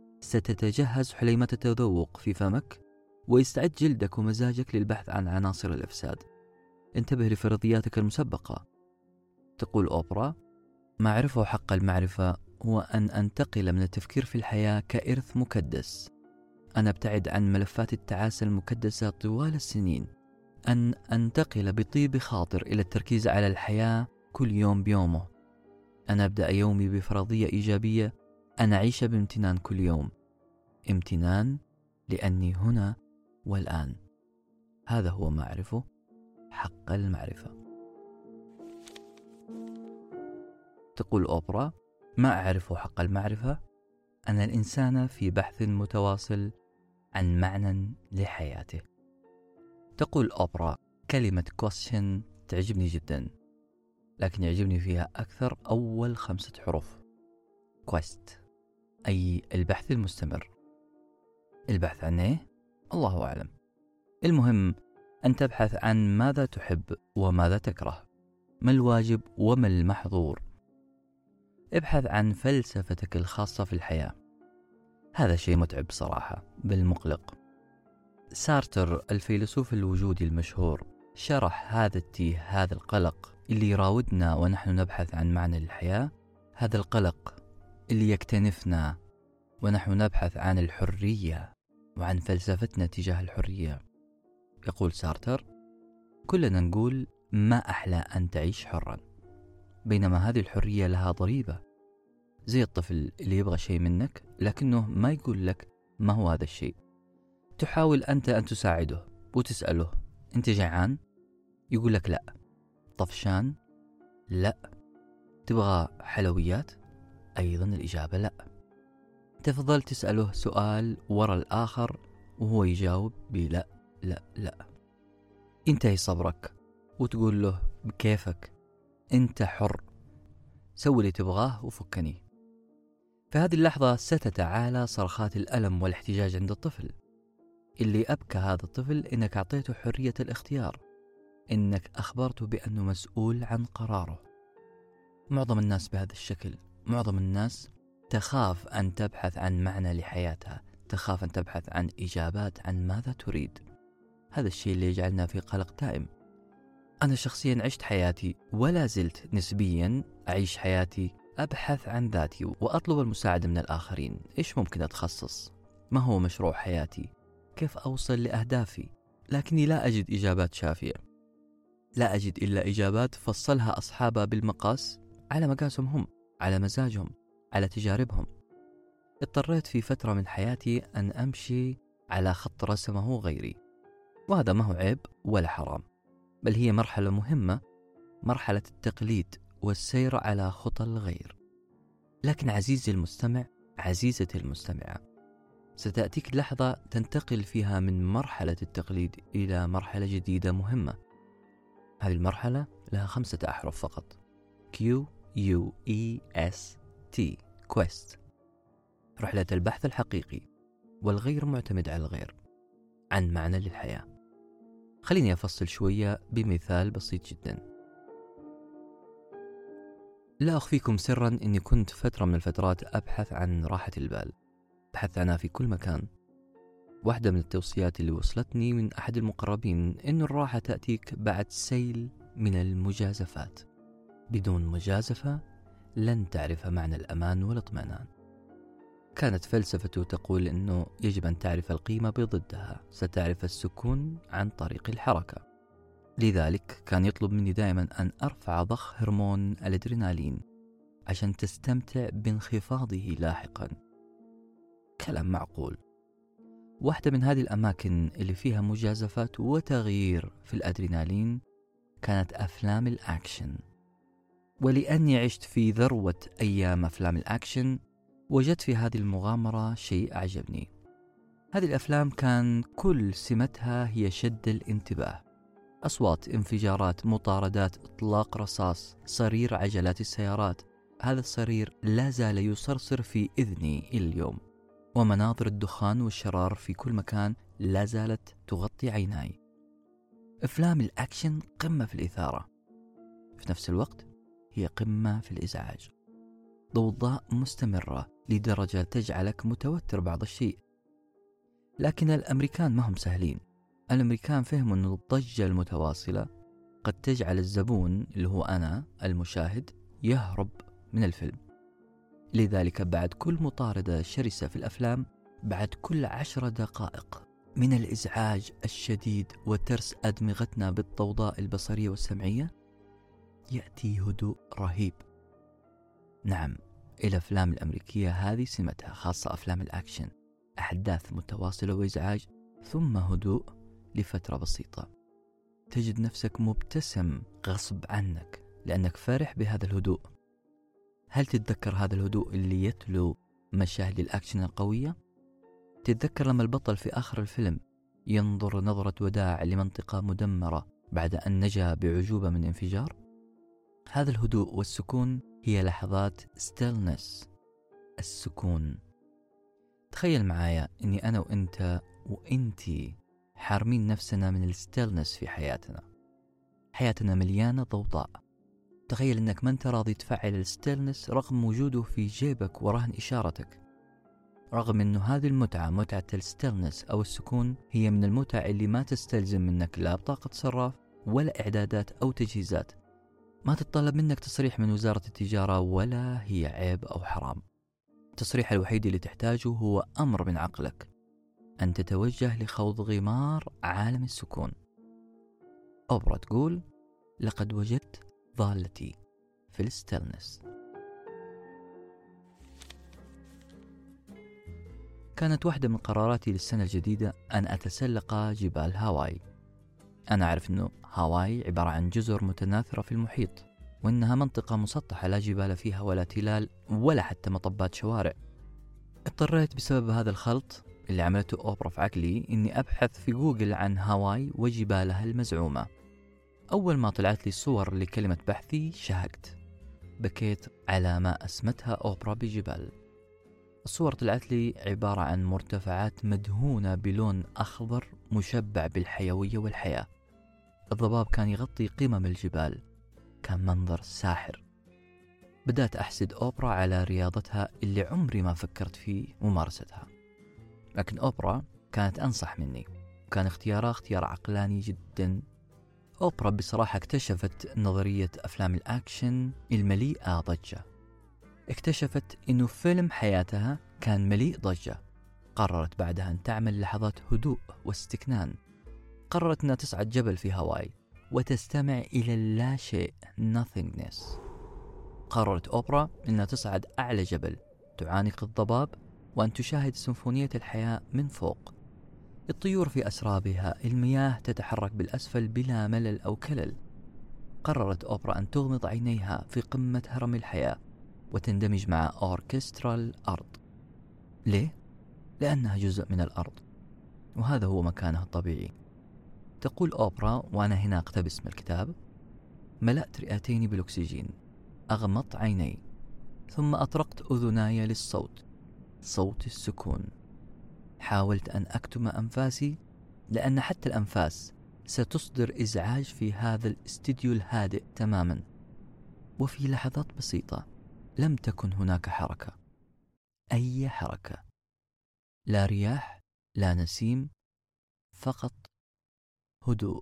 ستتجهز حليمة التذوق في فمك ويستعد جلدك ومزاجك للبحث عن عناصر الإفساد. انتبه لفرضياتك المسبقة. تقول أوبرا: ما أعرفه حق المعرفة هو أن أنتقل من التفكير في الحياة كإرث مكدس، أن أبتعد عن ملفات التعاسة المكدسة طوال السنين، أن أنتقل بطيب خاطر إلى التركيز على الحياة كل يوم بيومه، أن أبدأ يومي بفرضية إيجابية، أن أعيش بامتنان كل يوم، امتنان لأني هنا والآن. هذا هو ما أعرفه حق المعرفة. تقول أوبرا: ما أعرفه حق المعرفة أن الإنسان في بحث متواصل عن معنى لحياته. تقول أوبرا: كلمة question تعجبني جدا، لكن يعجبني فيها أكثر أول خمسة حروف. quest أي البحث المستمر. البحث عن إيه؟ الله أعلم. المهم أن تبحث عن ماذا تحب وماذا تكره، ما الواجب وما المحظور. ابحث عن فلسفتك الخاصة في الحياة. هذا شيء متعب صراحة، بل مقلق. سارتر الفيلسوف الوجودي المشهور شرح هذا التيه، هذا القلق اللي يراودنا ونحن نبحث عن معنى للحياة، هذا القلق اللي يكتنفنا ونحن نبحث عن الحرية وعن فلسفتنا تجاه الحرية. يقول سارتر: كلنا نقول ما أحلى أن تعيش حرا، بينما هذه الحرية لها ضريبة. زي الطفل اللي يبغى شيء منك لكنه ما يقول لك ما هو هذا الشيء. تحاول أنت أن تساعده وتسأله: أنت جعان؟ يقول لك لا. طفشان؟ لا. تبغى حلويات؟ أيضا الإجابة لا. تفضل تسأله سؤال وراء الآخر وهو يجاوب بلا لا لا. انتهي صبرك وتقول له: بكيفك، أنت حر، سوي اللي تبغاه وفكني. في هذه اللحظة ستتعالى صرخات الألم والاحتجاج عند الطفل. اللي أبكى هذا الطفل إنك أعطيته حرية الاختيار، إنك أخبرته بأنه مسؤول عن قراره. معظم الناس بهذا الشكل. معظم الناس تخاف أن تبحث عن معنى لحياتها، تخاف أن تبحث عن إجابات عن ماذا تريد. هذا الشيء اللي يجعلنا في قلق دائم. أنا شخصيا عشت حياتي ولا زلت نسبيا أعيش حياتي أبحث عن ذاتي وأطلب المساعدة من الآخرين. إيش ممكن أتخصص؟ ما هو مشروع حياتي؟ كيف أوصل لأهدافي؟ لكني لا أجد إجابات شافية. لا أجد إلا إجابات فصلها أصحابها بالمقاس على مقاسهم هم، على مزاجهم، على تجاربهم. اضطريت في فترة من حياتي أن أمشي على خط رسمه غيري، وهذا ما هو عيب ولا حرام، بل هي مرحلة مهمة، مرحلة التقليد والسير على خطى الغير. لكن عزيزي المستمع، عزيزتي المستمعة، ستأتيك لحظة تنتقل فيها من مرحلة التقليد إلى مرحلة جديدة مهمة. هذه المرحلة لها خمسة أحرف فقط: Q U E S T Quest. رحلة البحث الحقيقي والغير معتمد على الغير عن معنى للحياة. خليني أفصل شوية بمثال بسيط جدا. لا أخفيكم سرا أني كنت فترة من الفترات أبحث عن راحة البال، بحثت عنها في كل مكان. واحدة من التوصيات اللي وصلتني من أحد المقربين أن الراحة تأتيك بعد سيل من المجازفات. بدون مجازفة لن تعرف معنى الأمان والاطمئنان. كانت فلسفته تقول أنه يجب أن تعرف القيمة بضدها، ستعرف السكون عن طريق الحركة. لذلك كان يطلب مني دائما أن أرفع ضخ هرمون الأدرينالين عشان تستمتع بانخفاضه لاحقا. كلام معقول. واحدة من هذه الأماكن اللي فيها مجازفات وتغيير في الأدرينالين كانت أفلام الأكشن. ولأني عشت في ذروة أيام أفلام الأكشن، وجدت في هذه المغامرة شيء أعجبني. هذه الأفلام كان كل سمتها هي شد الانتباه: أصوات، انفجارات، مطاردات، إطلاق رصاص، صرير عجلات السيارات. هذا الصرير لا زال يصرصر في إذني إلى اليوم، ومناظر الدخان والشرار في كل مكان لا زالت تغطي عيناي. أفلام الأكشن قمة في الإثارة، في نفس الوقت هي قمة في الإزعاج. ضوضاء مستمرة لدرجة تجعلك متوتر بعض الشيء. لكن الأمريكان ما هم سهلين. الأمريكان فهموا أن الضجة المتواصلة قد تجعل الزبون اللي هو أنا المشاهد يهرب من الفيلم. لذلك بعد كل مطاردة شرسة في الأفلام، بعد كل عشر دقائق من الإزعاج الشديد وترس أدمغتنا بالضوضاء البصرية والسمعية، يأتي هدوء رهيب. نعم، الأفلام الأمريكية هذه سمتها، خاصة أفلام الأكشن: أحداث متواصلة وإزعاج، ثم هدوء لفترة بسيطة. تجد نفسك مبتسم غصب عنك لأنك فرح بهذا الهدوء. هل تتذكر هذا الهدوء اللي يتلو مشاهد الأكشن القوية؟ تتذكر لما البطل في آخر الفيلم ينظر نظرة وداع لمنطقة مدمرة بعد أن نجا بعجوبة من انفجار؟ هذا الهدوء والسكون هي لحظات stillness، السكون. تخيل معايا أني أنا وإنت وإنتي حارمين نفسنا من الستيلنس في حياتنا. حياتنا مليانة ضوضاء. تخيل أنك ما أنت راضي تفعل الستيلنس رغم وجوده في جيبك ورهن إشارتك، رغم أنه هذه المتعة، متعة الستيلنس أو السكون، هي من المتع اللي ما تستلزم منك لا بطاقة صراف ولا إعدادات أو تجهيزات. ما تتطلب منك تصريح من وزارة التجارة ولا هي عيب أو حرام. التصريح الوحيد اللي تحتاجه هو أمر من عقلك، أن تتوجه لخوض غمار عالم السكون. أوبرا تقول: لقد وجدت ضالتي في الستيلنس. كانت واحدة من قراراتي للسنة الجديدة أن أتسلق جبال هاواي. أنا أعرف أنه هاواي عبارة عن جزر متناثرة في المحيط، وإنها منطقة مسطحة لا جبال فيها ولا تلال ولا حتى مطبات شوارع. اضطريت بسبب هذا الخلط اللي عملته أوبرا في عقلي إني أبحث في جوجل عن هاواي وجبالها المزعومة. أول ما طلعت لي صور لكلمة بحثي شهقت. بكيت على ما أسمتها أوبرا بجبال. الصور طلعت لي عبارة عن مرتفعات مدهونة بلون أخضر مشبع بالحيوية والحياة. الضباب كان يغطي قمم الجبال، كان منظر ساحر. بدأت أحسد أوبرا على رياضتها اللي عمري ما فكرت في ممارستها، لكن أوبرا كانت أنصح مني، وكان اختيارها اختيار عقلاني جدا. أوبرا بصراحة اكتشفت نظرية أفلام الأكشن المليئة ضجة، اكتشفت إنه فيلم حياتها كان مليء ضجة. قررت بعدها أن تعمل لحظات هدوء واستكنان. قررت أنها تصعد جبل في هاواي وتستمع إلى اللا شيء nothingness. قررت أوبرا أنها تصعد أعلى جبل، تعانق الضباب، وأن تشاهد سيمفونية الحياة من فوق. الطيور في أسرابها، المياه تتحرك بالأسفل بلا ملل أو كلل. قررت أوبرا أن تغمض عينيها في قمة هرم الحياة وتندمج مع أوركسترا الأرض. ليه؟ لأنها جزء من الأرض، وهذا هو مكانها الطبيعي. تقول أوبرا وأنا هنا أقتبس من الكتاب: ملأت رئتيني بالأكسجين، أغمضت عيني، ثم أطرقت أذناي للصوت، صوت السكون. حاولت أن أكتم أنفاسي، لأن حتى الأنفاس ستصدر إزعاج في هذا الاستديو الهادئ تماما. وفي لحظات بسيطة لم تكن هناك حركة، أي حركة، لا رياح، لا نسيم، فقط هدوء.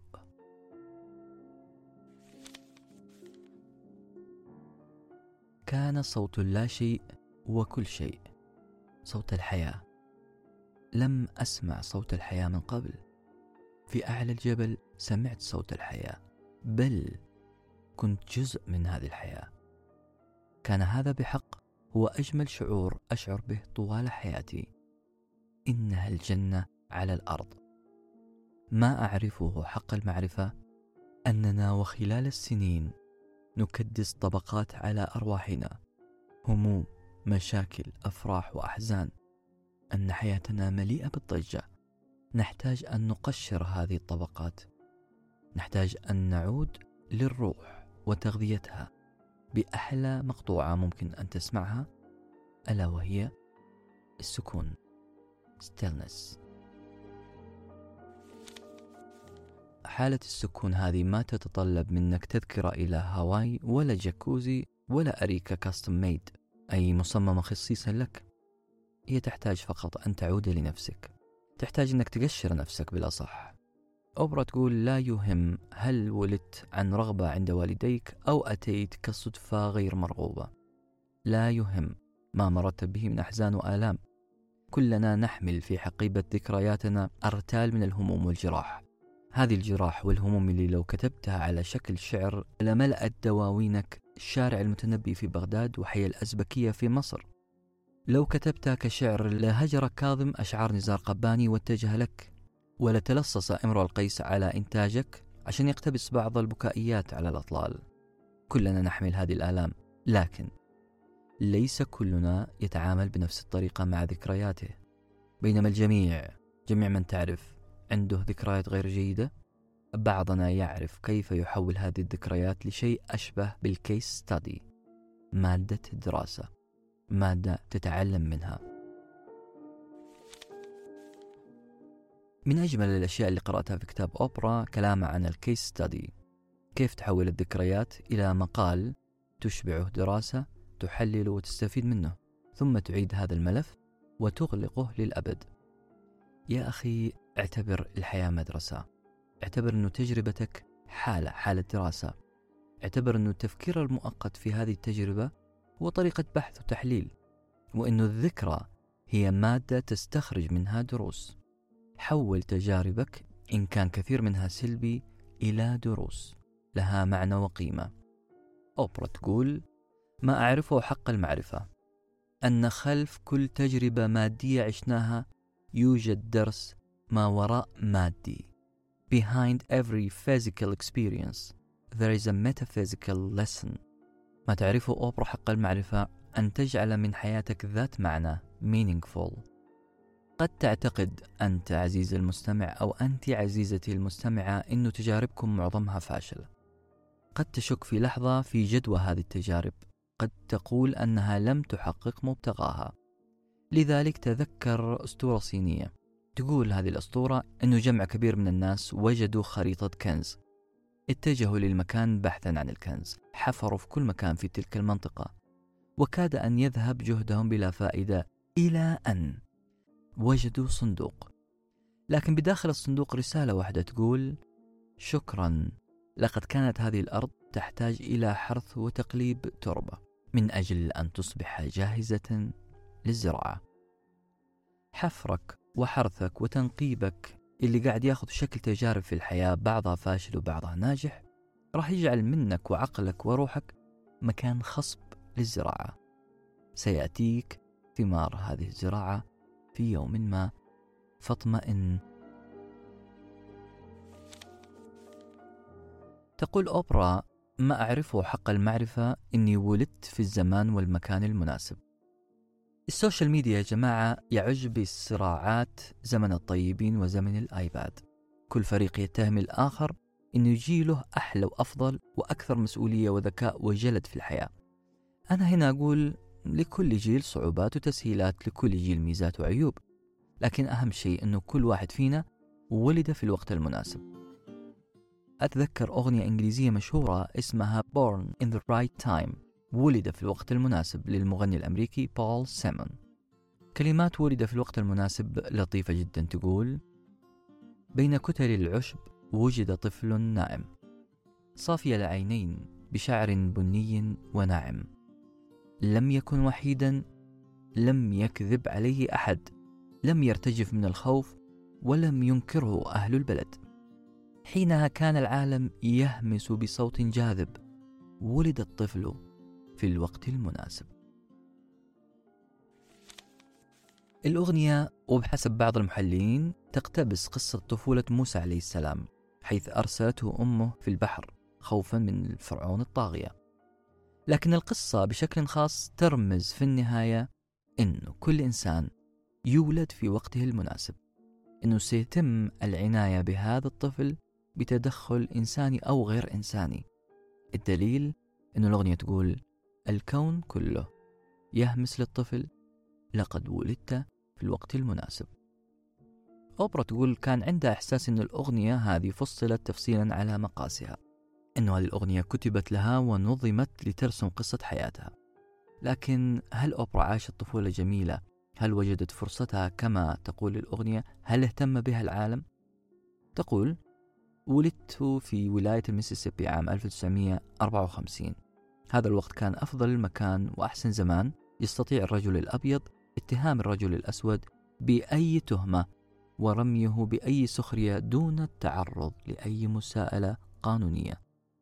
كان صوت لا شيء وكل شيء، صوت الحياة. لم أسمع صوت الحياة من قبل. في أعلى الجبل سمعت صوت الحياة، بل كنت جزء من هذه الحياة. كان هذا بحق هو أجمل شعور أشعر به طوال حياتي. إنها الجنة على الأرض. ما أعرفه حق المعرفة أننا وخلال السنين نكدس طبقات على أرواحنا، هموم، مشاكل، أفراح وأحزان. أن حياتنا مليئة بالضجة. نحتاج أن نقشر هذه الطبقات. نحتاج أن نعود للروح وتغذيتها بأحلى مقطوعة ممكن أن تسمعها، ألا وهي السكون، stillness. حالة السكون هذه ما تتطلب منك تذكرة إلى هاواي ولا جاكوزي ولا أريكة كاستم ميد، أي مصممة خصيصا لك. هي تحتاج فقط أن تعود لنفسك، تحتاج أنك تقشر نفسك بالأصح. أوبرا تقول: لا يهم هل ولدت عن رغبة عند والديك أو أتيت كصدفة غير مرغوبة، لا يهم ما مرت به من أحزان وآلام. كلنا نحمل في حقيبة ذكرياتنا أرتال من الهموم والجراح. هذه الجراح والهموم اللي لو كتبتها على شكل شعر لملأت دواوينك الشارع المتنبي في بغداد وحي الأزبكية في مصر. لو كتبتها كشعر لهجر كاظم أشعار نزار قباني واتجه لك، ولتلصص امرؤ القيس على إنتاجك عشان يقتبس بعض البكائيات على الأطلال. كلنا نحمل هذه الآلام، لكن ليس كلنا يتعامل بنفس الطريقة مع ذكرياته. بينما الجميع، جميع من تعرف، عنده ذكريات غير جيدة. بعضنا يعرف كيف يحول هذه الذكريات لشيء أشبه بالكيس ستادي، مادة دراسة، مادة تتعلم منها. من أجمل الأشياء اللي قرأتها في كتاب أوبرا كلامه عن الكيس ستادي، كيف تحول الذكريات إلى مقال تشبعه دراسة، تحلله وتستفيد منه، ثم تعيد هذا الملف وتغلقه للأبد. يا أخي، اعتبر الحياة مدرسة. اعتبر أنه تجربتك حالة حالة دراسة. اعتبر أنه التفكير المؤقت في هذه التجربة هو طريقة بحث وتحليل، وأنه الذكرى هي مادة تستخرج منها دروس. حول تجاربك إن كان كثير منها سلبي إلى دروس لها معنى وقيمة. أوبرا تقول: ما أعرفه حق المعرفة أن خلف كل تجربة مادية عشناها يوجد درس ما وراء مادي. Behind every physical experience there is a metaphysical lesson. ما تعرفه أوبرا حق المعرفة أن تجعل من حياتك ذات معنى meaningful. قد تعتقد أنت عزيز المستمع أو أنت عزيزتي المستمعة أن تجاربكم معظمها فاشلة. قد تشك في لحظة في جدوى هذه التجارب، قد تقول أنها لم تحقق مبتغاها. لذلك تذكر أسطورة صينية تقول هذه الأسطورة أنه جمع كبير من الناس وجدوا خريطة كنز، اتجهوا للمكان بحثا عن الكنز، حفروا في كل مكان في تلك المنطقة، وكاد أن يذهب جهدهم بلا فائدة إلى أن وجدوا صندوق. لكن بداخل الصندوق رسالة واحدة تقول: شكرا، لقد كانت هذه الأرض تحتاج إلى حرث وتقليب تربة من أجل أن تصبح جاهزة للزراعة. حفرك وحرثك وتنقيبك اللي قاعد ياخذ شكل تجارب في الحياة، بعضها فاشل وبعضها ناجح، راح يجعل منك وعقلك وروحك مكان خصب للزراعة. سيأتيك ثمار هذه الزراعة في يوم ما، فاطمئن. تقول أوبرا: ما أعرفه حق المعرفة إني ولدت في الزمان والمكان المناسب. السوشيال ميديا يا جماعة يعج بالصراعات، زمن الطيبين وزمن الآيباد. كل فريق يتهم الآخر إنه يجي له أحلى وأفضل وأكثر مسؤولية وذكاء وجلد في الحياة. أنا هنا أقول لكل جيل صعوبات وتسهيلات، لكل جيل ميزات وعيوب، لكن أهم شيء أنه كل واحد فينا ولد في الوقت المناسب. أتذكر أغنية إنجليزية مشهورة اسمها Born in the Right Time، ولد في الوقت المناسب، للمغني الأمريكي بول سيمون. كلمات ولد في الوقت المناسب لطيفة جدا، تقول: بين كتل العشب وجد طفل نائم، صافي العينين بشعر بني وناعم، لم يكن وحيدا، لم يكذب عليه أحد، لم يرتجف من الخوف ولم ينكره أهل البلد. حينها كان العالم يهمس بصوت جاذب، ولد الطفل في الوقت المناسب. الأغنية وبحسب بعض المحللين تقتبس قصة طفولة موسى عليه السلام، حيث أرسلته أمه في البحر خوفا من الفرعون الطاغية. لكن القصة بشكل خاص ترمز في النهاية إنه كل إنسان يولد في وقته المناسب، إنه سيتم العناية بهذا الطفل بتدخل إنساني أو غير إنساني. الدليل إنه الأغنية تقول: الكون كله يهمس للطفل لقد ولدت في الوقت المناسب. أوبرا تقول كان عندها إحساس إن الأغنية هذه فصلت تفصيلا على مقاسها، إنه هذه الأغنية كتبت لها ونظمت لترسم قصة حياتها. لكن هل أوبرا عاشت طفولة جميلة؟ هل وجدت فرصتها كما تقول الأغنية؟ هل اهتم بها العالم؟ تقول: ولدت في ولاية الميسيسيبي عام ألف وتسعمائة وأربعة وخمسين. هذا الوقت كان أفضل المكان وأحسن زمان يستطيع الرجل الأبيض اتهام الرجل الأسود بأي تهمة ورميه بأي سخرية دون التعرض لأي مساءلة قانونية.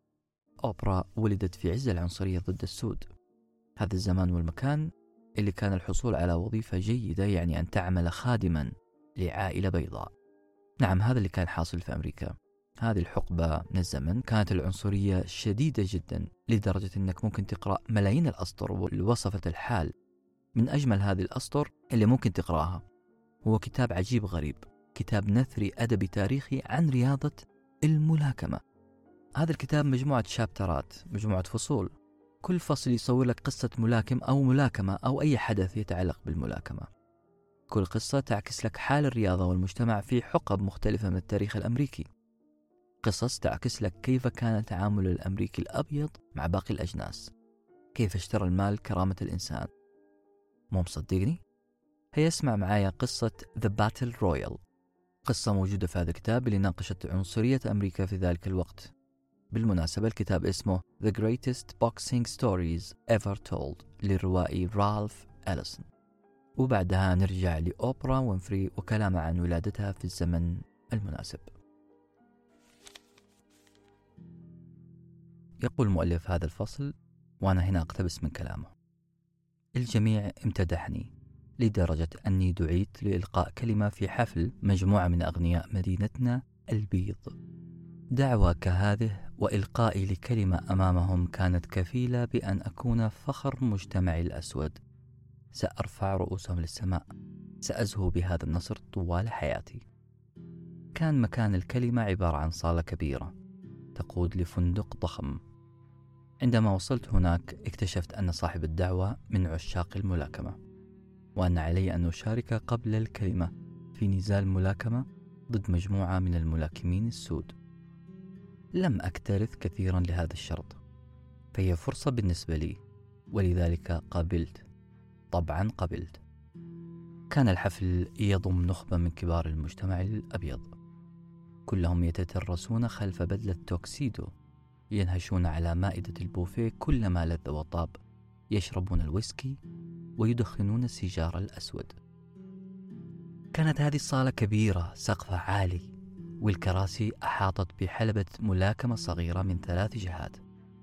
أوبرا ولدت في عز العنصرية ضد السود. هذا الزمان والمكان اللي كان الحصول على وظيفة جيدة يعني أن تعمل خادما لعائلة بيضاء. نعم، هذا اللي كان حاصل في أمريكا. هذه الحقبة من الزمن كانت العنصرية شديدة جدا، لدرجة أنك ممكن تقرأ ملايين الأسطر اللي وصفت الحال. من أجمل هذه الأسطر اللي ممكن تقرأها هو كتاب عجيب غريب، كتاب نثري أدبي تاريخي عن رياضة الملاكمة. هذا الكتاب مجموعة شابترات، مجموعة فصول، كل فصل يصور لك قصة ملاكم أو ملاكمة أو أي حدث يتعلق بالملاكمة. كل قصة تعكس لك حال الرياضة والمجتمع في حقب مختلفة من التاريخ الأمريكي. قصص تعكس لك كيف كان تعامل الأمريكي الأبيض مع باقي الأجناس، كيف اشترى المال كرامة الإنسان. مو مصدقني؟ هيا اسمع معايا قصة The Battle Royal، قصة موجودة في هذا الكتاب اللي ناقشت عنصرية أمريكا في ذلك الوقت. بالمناسبة الكتاب اسمه The Greatest Boxing Stories Ever Told للروائي رالف أليسون. وبعدها نرجع لأوبرا وينفري وكلامها عن ولادتها في الزمن المناسب. يقول مؤلف هذا الفصل، وأنا هنا أقتبس من كلامه: الجميع امتدحني لدرجة أني دعيت لإلقاء كلمة في حفل مجموعة من أغنياء مدينتنا البيض. دعوة كهذه وإلقائي لكلمة أمامهم كانت كفيلة بأن أكون فخر مجتمعي الأسود. سأرفع رؤوسهم للسماء، سأزهو بهذا النصر طوال حياتي. كان مكان الكلمة عبارة عن صالة كبيرة تقود لفندق ضخم. عندما وصلت هناك اكتشفت أن صاحب الدعوة من عشاق الملاكمة، وأن علي أن أشارك قبل الكلمة في نزال ملاكمة ضد مجموعة من الملاكمين السود. لم أكترث كثيرا لهذا الشرط، فهي فرصة بالنسبة لي، ولذلك قبلت. طبعا قبلت. كان الحفل يضم نخبة من كبار المجتمع الأبيض، كلهم يتترسون خلف بدلة توكسيدو، ينهشون على مائدة البوفيه كلما لذ وطاب، يشربون الويسكي ويدخنون السيجار الأسود. كانت هذه الصالة كبيرة، سقفها عالي، والكراسي أحاطت بحلبة ملاكمة صغيرة من ثلاث جهات.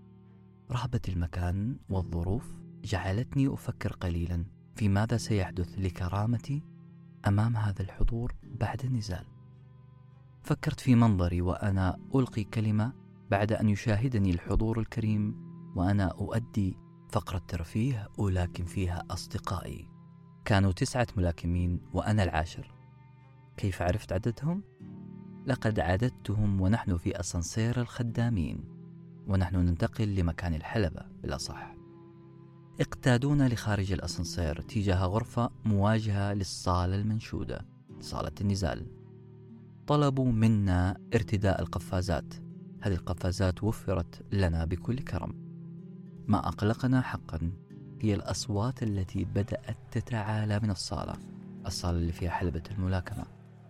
رهبة المكان والظروف جعلتني أفكر قليلا في ماذا سيحدث لكرامتي أمام هذا الحضور بعد النزال. فكرت في منظري وأنا ألقي كلمة بعد أن يشاهدني الحضور الكريم وأنا أؤدي فقرة ترفيه ألاكم فيها أصدقائي. كانوا تسعة ملاكمين وأنا العاشر. كيف عرفت عددهم؟ لقد عددتهم ونحن في أسانسير الخدامين، ونحن ننتقل لمكان الحلبة بالأصح. اقتادونا لخارج الأسانسير تجاه غرفة مواجهة للصالة المنشودة، صالة النزال. طلبوا منا ارتداء القفازات. هذه القفازات وفرت لنا بكل كرم. ما أقلقنا حقا هي الأصوات التي بدأت تتعالى من الصالة، الصالة اللي فيها حلبة الملاكمة.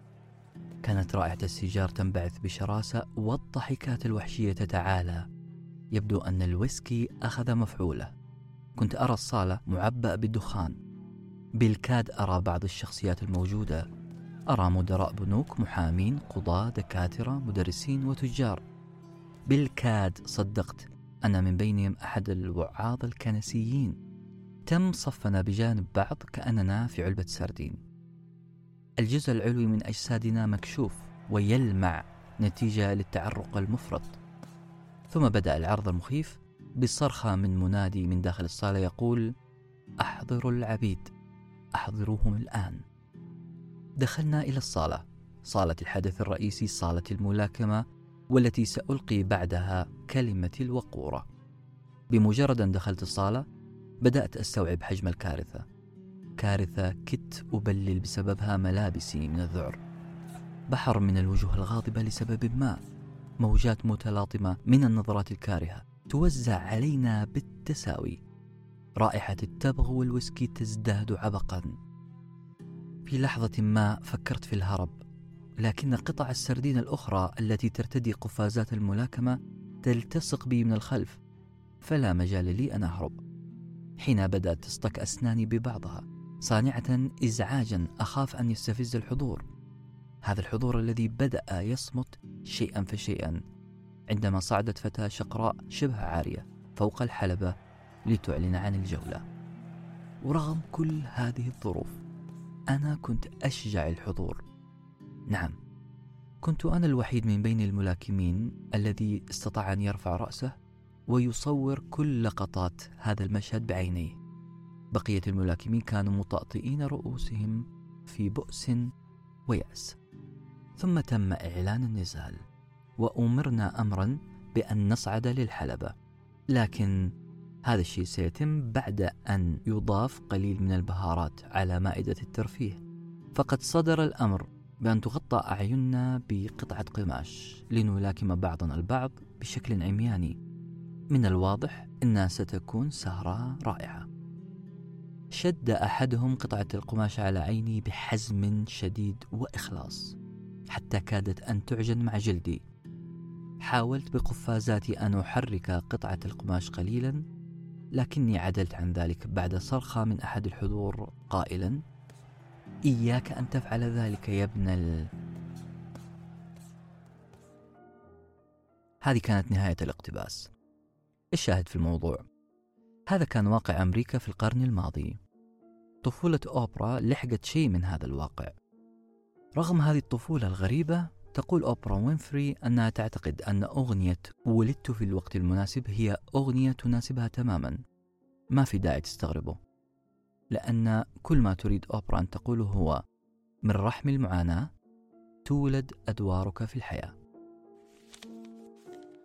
كانت رائحة السيجار تنبعث بشراسة، والضحكات الوحشية تتعالى. يبدو أن الويسكي أخذ مفعوله. كنت أرى الصالة معبأة بالدخان. بالكاد أرى بعض الشخصيات الموجودة. أرى مدراء بنوك، محامين، قضاة، دكاترة، مدرسين وتجار. بالكاد صدقت أن من بينهم أحد الوعاظ الكنسيين. تم صفنا بجانب بعض كأننا في علبة سردين. الجزء العلوي من أجسادنا مكشوف ويلمع نتيجة للتعرق المفرط. ثم بدأ العرض المخيف بصرخة من منادي من داخل الصالة يقول: أحضروا العبيد، أحضروهم الآن. دخلنا إلى الصالة، صالة الحدث الرئيسي، صالة الملاكمة، والتي سألقي بعدها كلمتي الوقورة. بمجرد أن دخلت الصالة بدأت أستوعب حجم الكارثة. كارثة كدت أبلل بسببها ملابسي من الذعر. بحر من الوجوه الغاضبة لسبب ما، موجات متلاطمة من النظرات الكارهة توزع علينا بالتساوي. رائحة التبغ والويسكي تزداد عبقا. في لحظة ما فكرت في الهرب، لكن قطع السردين الأخرى التي ترتدي قفازات الملاكمة تلتصق بي من الخلف، فلا مجال لي أن أهرب. حين بدأت تصطك أسناني ببعضها صانعة إزعاجا أخاف أن يستفز الحضور، هذا الحضور الذي بدأ يصمت شيئا فشيئا عندما صعدت فتاة شقراء شبه عارية فوق الحلبة لتعلن عن الجولة. ورغم كل هذه الظروف أنا كنت أشجع الحضور. نعم، كنت أنا الوحيد من بين الملاكمين الذي استطاع أن يرفع رأسه ويصور كل لقطات هذا المشهد بعينيه. بقية الملاكمين كانوا مطأطئين رؤوسهم في بؤس ويأس. ثم تم إعلان النزال، وأمرنا أمرا بأن نصعد للحلبة، لكن هذا الشيء سيتم بعد أن يضاف قليل من البهارات على مائدة الترفيه. فقد صدر الأمر بأن تغطى أعيننا بقطعة قماش لنلاكم بعضنا البعض بشكل عمياني. من الواضح أنها ستكون سهرة رائعة. شد أحدهم قطعة القماش على عيني بحزم شديد وإخلاص حتى كادت أن تعجن مع جلدي. حاولت بقفازاتي أن أحرك قطعة القماش قليلا، لكني عدلت عن ذلك بعد صرخة من أحد الحضور قائلا: إياك أن تفعل ذلك يا ابن ال... هذه كانت نهاية الاقتباس. الشاهد في الموضوع، هذا كان واقع أمريكا في القرن الماضي. طفولة أوبرا لحقت شيء من هذا الواقع. رغم هذه الطفولة الغريبة، تقول أوبرا وينفري أنها تعتقد أن أغنية ولدت في الوقت المناسب هي أغنية تناسبها تماما. ما في داعي تستغربه، لأن كل ما تريد أوبرا أن تقوله هو: من رحم المعاناة تولد أدوارك في الحياة.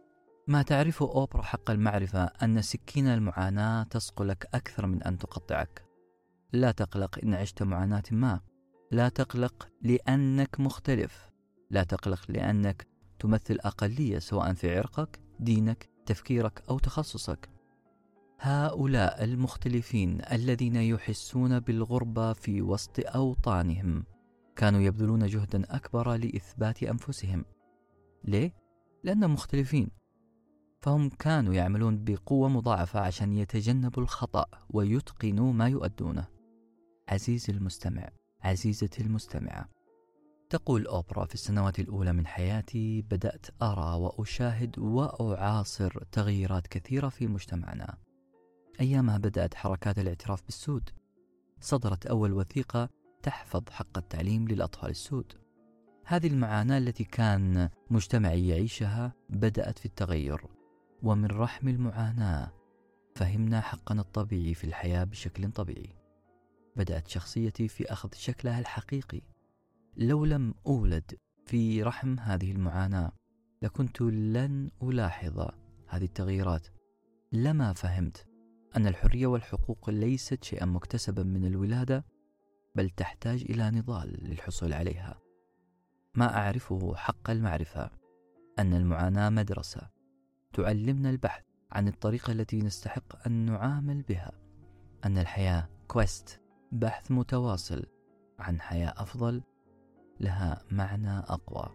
ما تعرفه أوبرا حق المعرفة أن سكين المعاناة تصقلك أكثر من أن تقطعك. لا تقلق إن عشت معاناة ما. لا تقلق لأنك مختلف. لا تقلق لأنك تمثل أقلية سواء في عرقك، دينك، تفكيرك أو تخصصك. هؤلاء المختلفين الذين يحسون بالغربة في وسط أوطانهم كانوا يبذلون جهدا أكبر لإثبات أنفسهم. ليه؟ لأنهم مختلفين، فهم كانوا يعملون بقوة مضاعفة عشان يتجنبوا الخطأ ويتقنوا ما يؤدونه. عزيزي المستمع، عزيزتي المستمعة، تقول أوبرا: في السنوات الأولى من حياتي بدأت أرى وأشاهد وأعاصر تغييرات كثيرة في مجتمعنا. أيامها بدأت حركات الاعتراف بالسود. صدرت أول وثيقة تحفظ حق التعليم للأطفال السود. هذه المعاناة التي كان مجتمعي يعيشها بدأت في التغير، ومن رحم المعاناة فهمنا حقنا الطبيعي في الحياة بشكل طبيعي. بدأت شخصيتي في أخذ شكلها الحقيقي. لو لم أولد في رحم هذه المعاناة لكنت لن ألاحظ هذه التغييرات. لما فهمت أن الحرية والحقوق ليست شيئا مكتسبا من الولادة، بل تحتاج إلى نضال للحصول عليها. ما أعرفه حق المعرفة أن المعاناة مدرسة تعلمنا البحث عن الطريقة التي نستحق أن نعامل بها. أن الحياة كويست، بحث متواصل عن حياة أفضل لها معنى أقوى.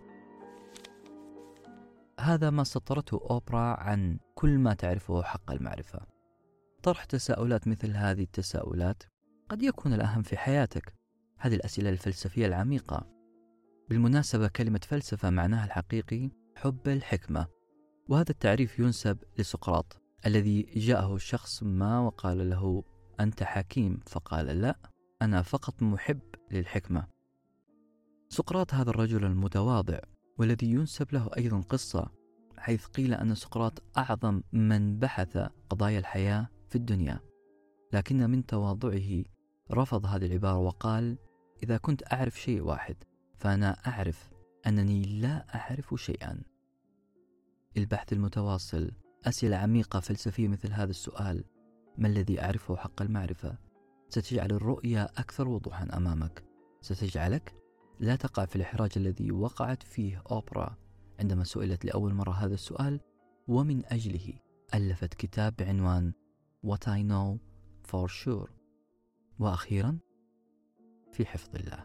هذا ما سطرته أوبرا عن كل ما تعرفه حق المعرفة. طرح تساؤلات مثل هذه التساؤلات قد يكون الأهم في حياتك. هذه الأسئلة الفلسفية العميقة. بالمناسبة كلمة فلسفة معناها الحقيقي حب الحكمة، وهذا التعريف ينسب لسقراط الذي جاءه شخص ما وقال له: أنت حكيم؟ فقال: لا، أنا فقط محب للحكمة. سقراط هذا الرجل المتواضع والذي ينسب له أيضا قصة، حيث قيل أن سقراط أعظم من بحث قضايا الحياة في الدنيا، لكن من تواضعه رفض هذه العبارة وقال: إذا كنت أعرف شيء واحد فأنا أعرف أنني لا أعرف شيئا. البحث المتواصل، أسئلة عميقة فلسفية مثل هذا السؤال: ما الذي أعرفه حق المعرفة؟ ستجعل الرؤية أكثر وضوحا أمامك. ستجعلك لا تقع في الإحراج الذي وقعت فيه أوبرا عندما سئلت لأول مرة هذا السؤال، ومن أجله ألفت كتاب بعنوان What I Know For Sure. وأخيرا، في حفظ الله.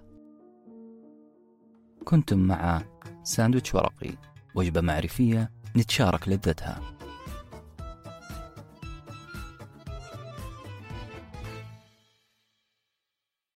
كنتم مع ساندويتش ورقي، وجبة معرفية نتشارك لذتها.